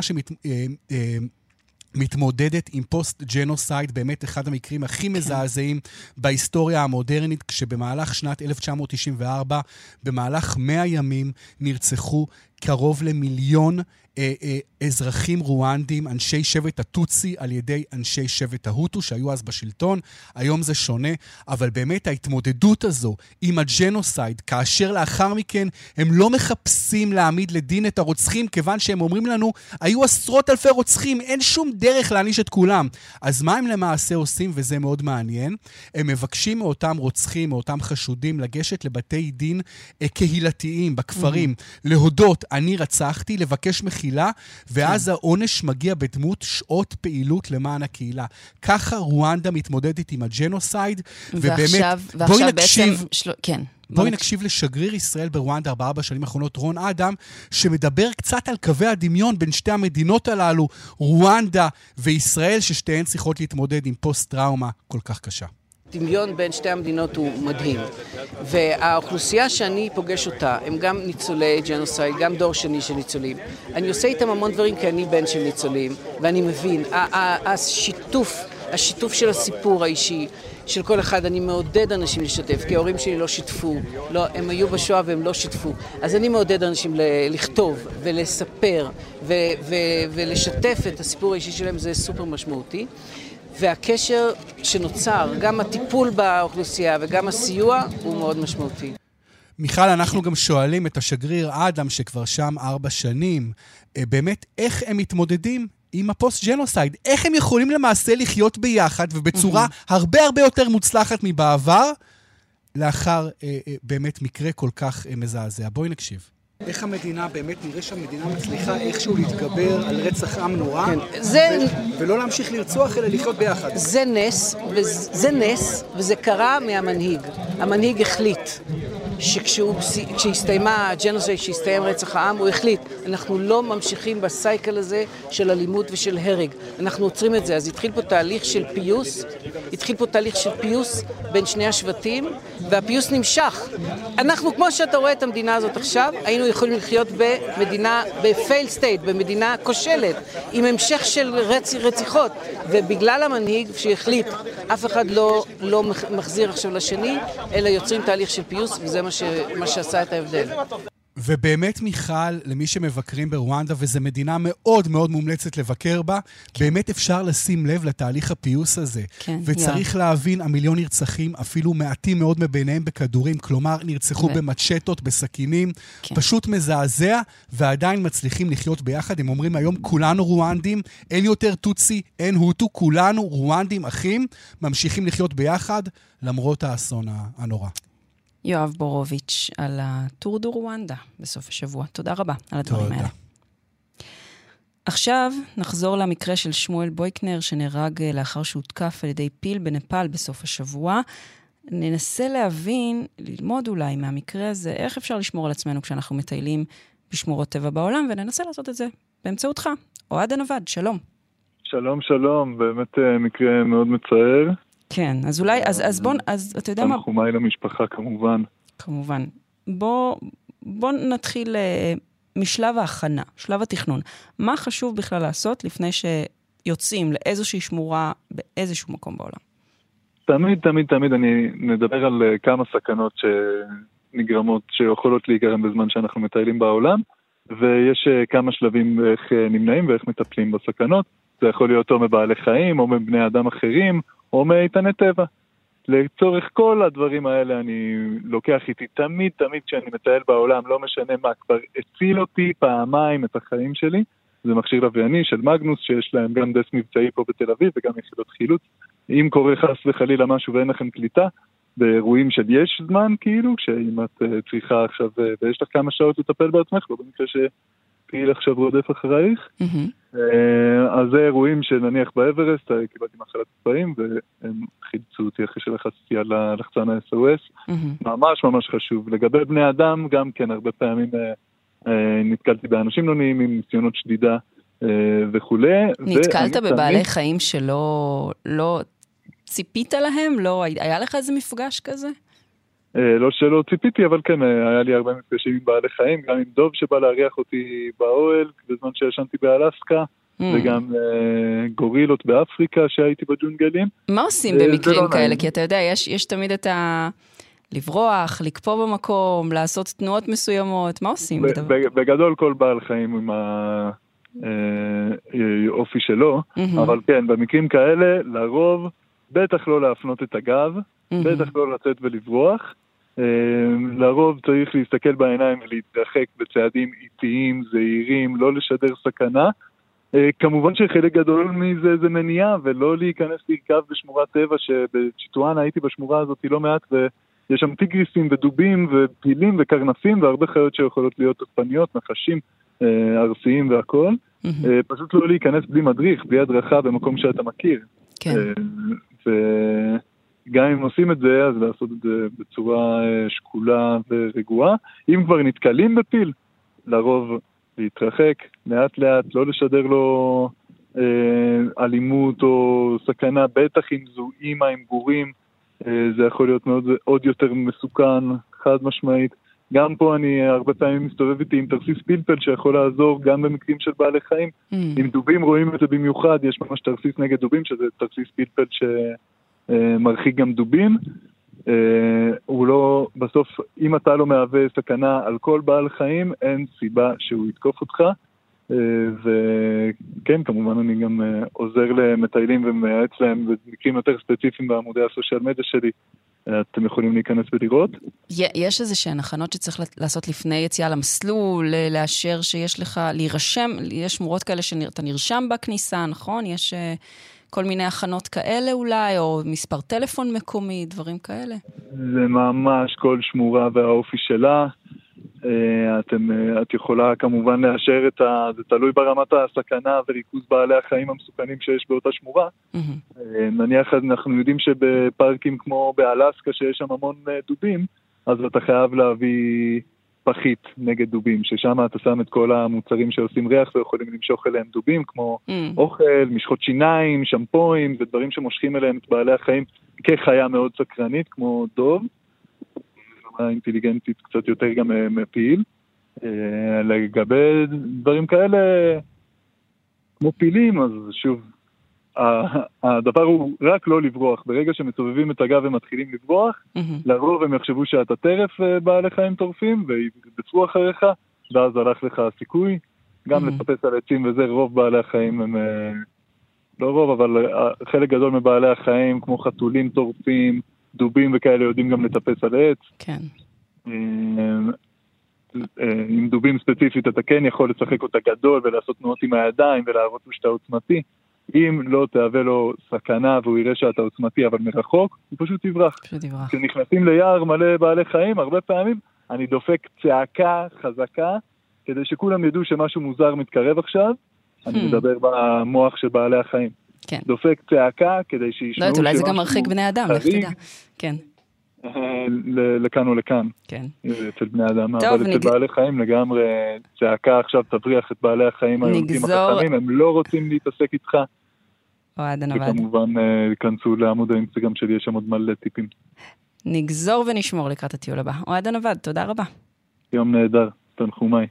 מתמודדת עם פוסט-ג'נוסייד, באמת אחד המקרים הכי מזעזעים בהיסטוריה המודרנית, כשבמהלך שנת 1994, במהלך 100 ימים, נרצחו קרוב ל1,000,000 אזרחים רואנדים, אנשי שבט הטוצי, על ידי אנשי שבט ההוטו, שהיו אז בשלטון. היום זה שונה, אבל באמת ההתמודדות הזו עם הג'נוסייד, כאשר לאחר מכן הם לא מחפשים להעמיד לדין את הרוצחים, כיוון שהם אומרים לנו, היו עשרות אלפי רוצחים, אין שום דרך להעניש את כולם. אז מה הם למעשה עושים, וזה מאוד מעניין? הם מבקשים מאותם רוצחים, מאותם חשודים, לגשת לבתי דין קהילתיים בכפרים, להודות, אני רצחתי, לבקש מחילה, ואז העונש מגיע בדמות שעות פעילות למען הקהילה. ככה רואנדה מתמודדת עם הג'נוסייד, ובאמת, בואי נקשיב, בואי נקשיב לשגריר ישראל ברואנדה 4 שנים האחרונות, רון אדם, שמדבר קצת על קווי הדמיון בין שתי המדינות הללו, רואנדה וישראל, ששתיהן צריכות להתמודד עם פוסט-טראומה כל כך קשה. דמיון בין שתי המדינות הוא מדהים. והאוכלוסייה שאני פוגש אותה, הם גם ניצולי ג'נוסייד, גם דור שני של ניצולים. אני עושה איתם המון דברים כי אני בן של ניצולים, ואני מבין, השיתוף של הסיפור האישי, של כל אחד, אני מעודד אנשים לשתף, כי ההורים שלי לא שיתפו, הם היו בשואה והם לא שיתפו. אז אני מעודד אנשים לכתוב ולספר ולשתף את הסיפור האישי שלהם, זה סופר משמעותי. והקשר שנוצר, גם הטיפול באוכלוסייה וגם הסיוע, הוא מאוד משמעותי. מיכל, אנחנו גם שואלים את השגריר אדם, שכבר שם 4 שנים, באמת, איך הם מתמודדים עם הפוסט-ג'נוסייד? איך הם יכולים למעשה לחיות ביחד, ובצורה הרבה הרבה יותר מוצלחת מבעבר, לאחר באמת מקרה כל כך מזעזע? בואי נקשיב. איך המדינה, באמת נראה שהמדינה מצליחה איכשהו להתגבר על רצח עם נורא, ולא להמשיך לרצוח, אלא לחיות ביחד. זה נס, וזה קרה מהמנהיג. המנהיג החליט כשהסתיימה הג'נוסייד, כשהסתיים רצח העם, הוא החליט, אנחנו לא ממשיכים בסייקל הזה של אלימות ושל הרג. אנחנו עוצרים את זה. אז התחיל פה תהליך של פיוס בין שני השבטים, והפיוס נמשך. אנחנו, כמו שאתה רואה את המדינה הזאת עכשיו, היינו יכולים לחיות במדינה, בפייל סטייט, במדינה כושלת, עם המשך של רציחות, ובגלל המנהיג שהחליט, אף אחד לא מחזיר עכשיו לשני, אלא יוצרים תהליך של פיוס, וזה מה שעשה את ההבדל. ובאמת, מיכל, למי שמבקרים ברואנדה, וזו מדינה מאוד מאוד מומלצת לבקר בה, באמת אפשר לשים לב לתהליך הפיוס הזה. וצריך להבין, 1,000,000 נרצחים, אפילו מעטים מאוד מביניהם בכדורים, כלומר, נרצחו במצ'טות, בסכינים, פשוט מזעזע, ועדיין מצליחים לחיות ביחד. הם אומרים היום, כולנו רואנדים, אין יותר טוצי, אין הוטו, כולנו רואנדים אחים, ממשיכים לחיות ביחד, למרות האסון הנורא. יואב בורוביץ' על הטור דו רואנדה בסוף השבוע. תודה רבה על הדברים האלה. עכשיו נחזור למקרה של שמואל בויקנר שנהרג לאחר שהותקף על ידי פיל בנפאל בסוף השבוע. ננסה להבין, ללמוד אולי מהמקרה הזה, איך אפשר לשמור על עצמנו כשאנחנו מטיילים בשמורות טבע בעולם, וננסה לעשות את זה באמצעותך. אוהד הנווד, שלום. שלום, שלום, באמת מקרה מאוד מצער. כן, אז אולי, אז בוא, אז אתה יודע מה? תנחומיי למשפחה כמובן. כמובן. בוא נתחיל משלב ההכנה, שלב התכנון. מה חשוב בכלל לעשות לפני שיוצאים לאיזושהי שמורה באיזשהו מקום בעולם? תמיד אני נדבר על כמה סכנות שנגרמות, שיכולות להיגרם בזמן שאנחנו מטיילים בעולם, ויש כמה שלבים איך נמנעים ואיך מטפלים בסכנות. זה יכול להיות או מבעלי חיים, או מבני אדם אחרים, או מאיתני טבע. לצורך כל הדברים האלה אני לוקח איתי תמיד כשאני מטייל בעולם, לא משנה מה, כבר הציל אותי פעמיים את החיים שלי. זה מכשיר לווייני של מגנוס, שיש להם גם דס מבצעי פה בתל אביב, וגם יחידות חילוץ. אם קורה חס וחלילה משהו ואין לכם קליטה, באירועים של יש זמן, כאילו, שאם את צריכה עכשיו, ויש לך כמה שעות לטפל בעצמך, לא במקרה שפיל עכשיו רודף אחרייך. אז זה אירועים שנניח באברסט, קיבלתי מחלת צבעים, והם חילצו אותי אחרי שלחצתי על הלחצן ה-SOS. ממש חשוב. לגבי בני אדם, גם כן, הרבה פעמים נתקלתי באנשים לא נעימים, ניסיונות שדידה וכולי. נתקלת בבעלי חיים שלא ציפית להם? לא, היה לך איזה מפגש כזה? לא שלא ציפיתי, אבל כן, היה לי הרבה מפגשים עם בעלי חיים, גם עם דוב שבא להריח אותי באוהל, בזמן שישנתי באלסקה, וגם גורילות באפריקה שהייתי בג'ונגלים. מה עושים במקרים כאלה? כי אתה יודע, יש תמיד את לברוח, לקפוא במקום, לעשות תנועות מסוימות, מה עושים? בגדול כל בעל חיים עם האופי שלו, אבל כן, במקרים כאלה, לרוב, בטח לא להפנות את הגב, בטח לא לצאת ולברוח, לרוב צריך להסתכל בעיניים ולהתרחק בצעדים איטיים, זהירים, לא לשדר סכנה. כמובן שחלק גדול מזה זה מניעה, ולא להיכנס להרכב בשמורת טבע, שבצ'יטואנה הייתי בשמורה הזאת לא מעט, ויש שם טיגריסים ודובים ופילים וקרנפים, והרבה חיות שיכולות להיות תוקפניות, נחשים, ארסיים והכל. פשוט לא להיכנס בלי מדריך, בלי הדרכה במקום שאתה מכיר. כן. וגם אם עושים את זה, אז לעשות את זה בצורה שקולה ורגועה. אם כבר נתקלים בפיל, לרוב להתרחק, לאט לאט, לא לשדר לו אלימות או סכנה, בטח אם זו אימא עם גורים, זה יכול להיות מאוד, עוד יותר מסוכן, חד משמעית. גם פה אני הרבה פעמים מסתובב איתי עם תרסיס פלפל שיכול לעזור גם במקרים של בעלי חיים. עם דובים רואים את זה במיוחד, יש ממש תרסיס נגד דובים, שזה תרסיס פלפל שמרחיק גם דובים. הוא לא, בסוף, אם אתה לא מהווה סכנה על כל בעל חיים, אין סיבה שהוא יתקוף אותך. וכן, כמובן אני גם עוזר למטיילים ומייעץ להם במקרים יותר ספציפיים בעמודי הסושיאל מדיה שלי. אתם יכולים להיכנס ולראות. יש איזה שהן הכנות שצריך לעשות לפני יציאה למסלול, לאשר שיש לך, להירשם, יש שמורות כאלה שאתה נרשם בכניסה, נכון? יש כל מיני הכנות כאלה אולי, או מספר טלפון מקומי, דברים כאלה? זה ממש כל שמורה והאופי שלה. את יכולה כמובן לאשר זה תלוי ברמת הסכנה וריכוז בעלי החיים המסוכנים שיש באותה שמורה. נניח אנחנו יודעים שבפארקים כמו באלסקה שיש שם המון דובים, אז אתה חייב להביא פחית נגד דובים, ששם אתה שם את כל המוצרים שעושים ריח ויכולים למשוך אליהם דובים, כמו אוכל, משחות שיניים, שמפויים, ודברים שמושכים אליהם את בעלי החיים כחיה מאוד סקרנית, כמו דוב. אינטליגנטית קצת יותר גם מפיל. לגבי דברים כאלה כמו פילים, אז שוב, הדבר הוא רק לא לברוח. ברגע שמסובבים את הגב ומתחילים לברוח, לרוב הם יחשבו שאתה טרף בעלי חיים טורפים ויבצעו אחריך, ואז הלך לך הסיכוי. גם לטפס על עצים וזה, רוב בעלי החיים הם לא רוב, אבל חלק גדול מבעלי החיים כמו חתולים טורפים, דובים וכאלה יודעים גם לטפס על עץ. כן. עם דובים ספציפית אתה כן יכול לשחק אותה גדול ולעשות תנועות עם הידיים ולהראות שאתה עוצמתי, אם לא תהווה לו סכנה והוא יראה שאתה עוצמתי אבל מרחוק, הוא פשוט יברח. כשנכנסים ליער מלא בעלי חיים, הרבה פעמים אני דופק צעקה חזקה, כדי שכולם ידעו שמשהו מוזר מתקרב עכשיו, אני מדבר במוח של בעלי החיים. כן. דופק צעקה כדי שישמעו לא, אולי זה גם מרחיק בני אדם, לך תדע. כן. לכאן או לכאן. כן. אצל בני אדם, אבל אצל בעלי חיים לגמרי צעקה עכשיו תבריח את בעלי החיים היונקים החכמים, הם לא רוצים להתעסק איתך. אוהד הנווד. וכמובן כנסו לעמוד האינסטגרם שלי, יש שם עוד מלא טיפים. נגזור ונשמור לקראת הטיול הבא. אוהד הנווד, תודה רבה. יום נהדר, תנחומיי.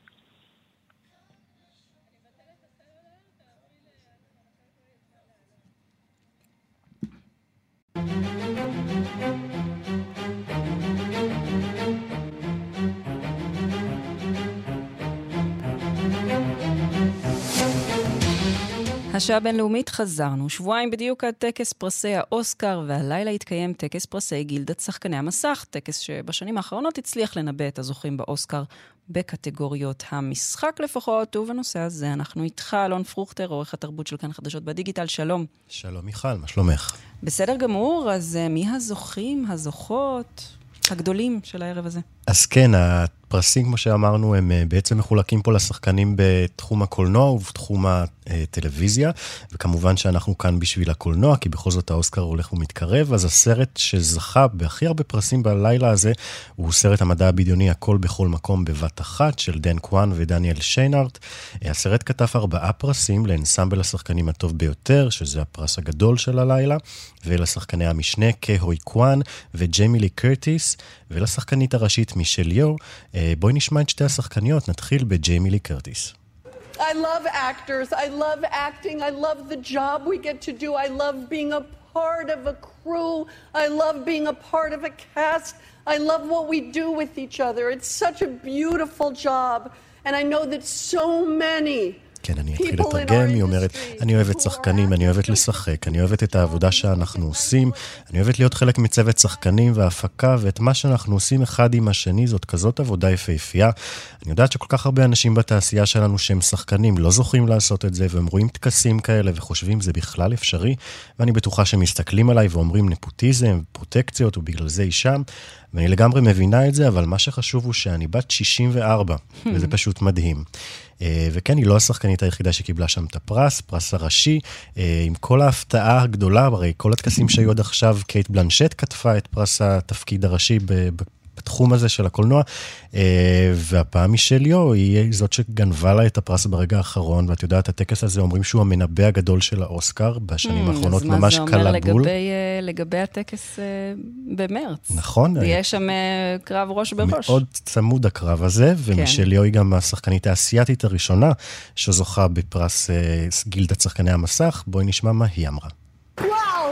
השעה הבינלאומית חזרנו, שבועיים בדיוק עד טקס פרסי האוסקר, והלילה התקיים טקס פרסי גילדת שחקני המסך, טקס שבשנים האחרונות הצליח לנבא את הזוכים באוסקר בקטגוריות המשחק לפחות, ובנושא הזה אנחנו איתך, אלון פרוכטר, עורך התרבות של כאן חדשות בדיגיטל, שלום. שלום מיכל, מה שלומך? בסדר גמור, אז מי הזוכים, הזוכות, הגדולים של הערב הזה? אז כן, הפרסים, כמו שאמרנו, הם בעצם מחולקים פה לשחקנים בתחום הקולנוע ובתחום הטלוויזיה, וכמובן שאנחנו כאן בשביל הקולנוע, כי בכל זאת האוסקר הולך ומתקרב, אז הסרט שזכה בהכי הרבה פרסים בלילה הזה, הוא סרט המדע הבדיוני הכל בכל מקום בבת אחת, של דן קואן ודניאל שיינארט. הסרט כתב 4 פרסים לאנסמבל השחקנים הטוב ביותר, שזה הפרס הגדול של הלילה, ולשחקני המשנה קהוי קואן וג'יימי לי קרטיס, ולשחקנית הראשית מישל יו. בואי נשמע את שתי השחקניות, נתחיל בג'יימי לי קרטיס. I love actors, I love acting, I love the job we get to do, I love being a part of a crew, I love being a part of a cast, I love what we do with each other. It's such a beautiful job, and I know that so many כן, אני אתחיל לתרגם, היא אומרת, אני אוהבת שחקנים, אני אוהבת לשחק, אני אוהבת את העבודה שאנחנו עושים, אני אוהבת להיות חלק מצוות שחקנים והפקה, ואת מה שאנחנו עושים אחד עם השני, זאת כזאת עבודה יפהפייה. אני יודעת שכל כך הרבה אנשים בתעשייה שלנו שהם שחקנים, לא זוכים לעשות את זה, והם רואים תקסים כאלה וחושבים זה בכלל אפשרי, ואני בטוחה שמסתכלים עליי ואומרים נפוטיזם, פרוטקציות, ובגלל זה היא שם, ואני לגמרי מבינה את זה, אבל מה שחשוב הוא שאני בת 64, וזה פשוט מדהים. וכן, היא לא השחקנית היחידה שקיבלה שם את הפרס, פרס הראשי, עם כל ההפתעה הגדולה, הרי כל הטקסים שהיו עד עכשיו, קייט בלנשט כתבה את פרס התפקיד הראשי בתחום הזה של הקולנוע, והפעם מישל יו היא זאת שגנבה לה את הפרס ברגע האחרון, ואת יודעת, הטקס הזה אומרים שהוא המנבא הגדול של האוסקר, בשנים האחרונות ממש קלה בול. אז מה זה אומר לגבי הטקס במרץ? נכון. יש שם קרב ראש בראש. מאוד צמוד הקרב הזה, ומישל יו היא גם השחקנית האסייתית הראשונה, שזוכה בפרס גילדת שחקני המסך. בואי נשמע מה היא אמרה. Wow!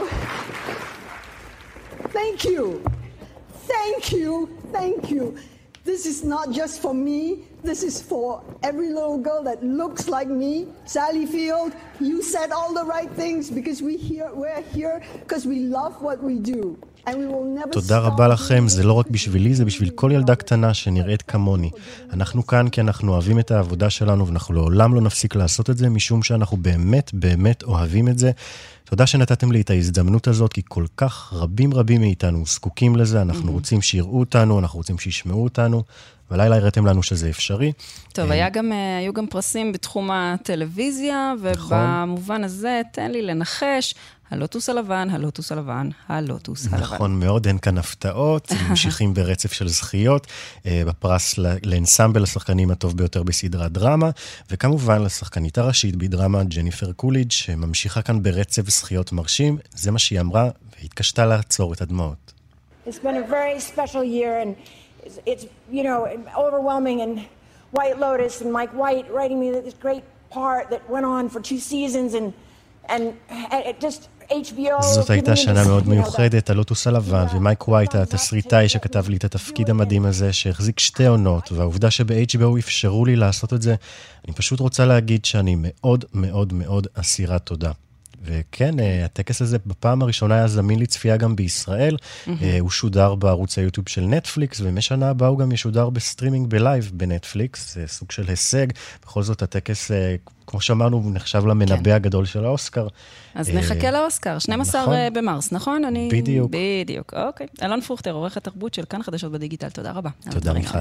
Thank you! Thank you, thank you. This is not just for me, this is for every little girl that looks like me. Sally Field, you said all the right things because we're here because we love what we do. And we will never תודה רבה לכם, זה לא רק בשבילי, זה בשביל כל ילדה קטנה שנראית כמוני. אנחנו כאן כי אנחנו אוהבים את העבודה שלנו, ואנחנו לעולם לא נפסיק לעשות את זה, משום שאנחנו באמת באמת אוהבים את זה. תודה שנתתם לי את ההזדמנות הזאת, כי כל כך רבים מאיתנו זקוקים לזה, אנחנו רוצים שיראו אותנו, אנחנו רוצים שישמעו אותנו, ולילה הראיתם לנו שזה אפשרי. טוב, היו גם פרסים בתחום הטלוויזיה, ובמובן הזה, תן לי לנחש, הלוטוס הלבן, הלוטוס הלבן, הלוטוס הלבן. נכון מאוד, אין כאן הפתעות, ממשיכים ברצף של זכיות, בפרס לאנסמבל השחקנים הטוב ביותר בסדרת דרמה, וכמובן לשחקנית הראשית בדרמה, ג'ניפר קוליג', שממשיכה כאן ברצף זכיות מרשים, זה מה שהיא אמרה, והתקשתה לעצור את הדמעות. It's been a very special year, and it's you know, overwhelming, and White Lotus, and Mike White writing me this great part that went on for 2 seasons, and it just זאת הייתה שנה מאוד מיוחדת, הלוטוס הלבן, ומייק ווייט, התסריטאי שכתב לי את התפקיד המדהים הזה, שהחזיק 2 עונות, והעובדה שב-HBO אפשרו לי לעשות את זה, אני פשוט רוצה להגיד שאני מאוד מאוד מאוד אסירת תודה. וכן, הטקס הזה בפעם הראשונה היה זמין לצפייה גם בישראל, הוא שודר בערוץ היוטיוב של נטפליקס, ומשנה הבאה הוא גם ישודר בסטרימינג בלייב בנטפליקס, זה סוג של הישג, בכל זאת הטקס, כמו שאמרנו, נחשב למנבא הגדול של האוסקר. אז נחכה לאוסקר, 12 במרס, נכון? בדיוק. בדיוק, אוקיי. אלון פרוכטר, עורך התרבות של כאן חדשות בדיגיטל, תודה רבה. תודה מיכל.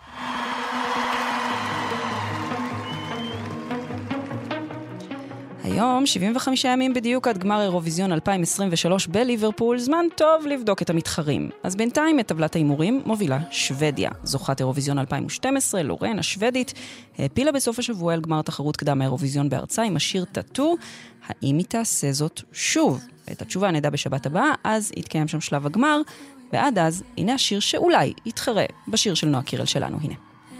היום, 75 ימים בדיוק עד גמר אירוויזיון 2023 בליברפול, זמן טוב לבדוק את המתחרים. אז בינתיים את טבלת האימורים מובילה שוודיה. זוכת אירוויזיון 2012, לורן השוודית, העפילה בסוף השבוע אל גמר תחרות קדם האירוויזיון בארצה עם השיר טאטו. האם היא תעשה זאת שוב? את התשובה נדע בשבת הבאה, אז יתקיים שם שלב הגמר, ועד אז, הנה השיר שאולי יתחרה בשיר של נועה קירל שלנו, הנה.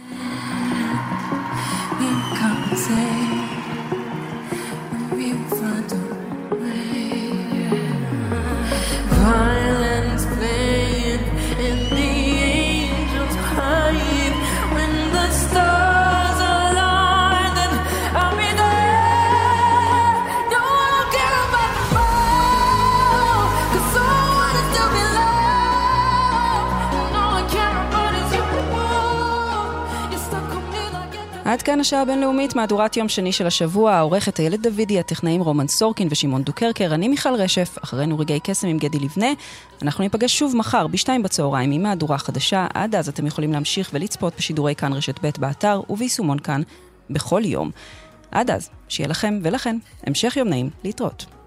Violence playing and the angels crying when the stars align, then I'll be there. Don't care about the fall, 'cause someone is still below. No one care about his you stuck on me like עד כאן השעה הבינלאומית, מהדורת יום שני של השבוע, העורכת איילת דוידי, הטכנאים רומן סורקין ושמעון דוקרקר, אני מיכל רשף, אחרינו רגעי קסם עם גדי לבנה. אנחנו ניפגש שוב מחר ב2 בצהריים עם מהדורה חדשה, עד אז אתם יכולים להמשיך ולצפות בשידורי כאן רשת ב' באתר וביישומון כאן בכל יום. עד אז, שיהיה לכם ולכן המשך יום נעים, להתראות.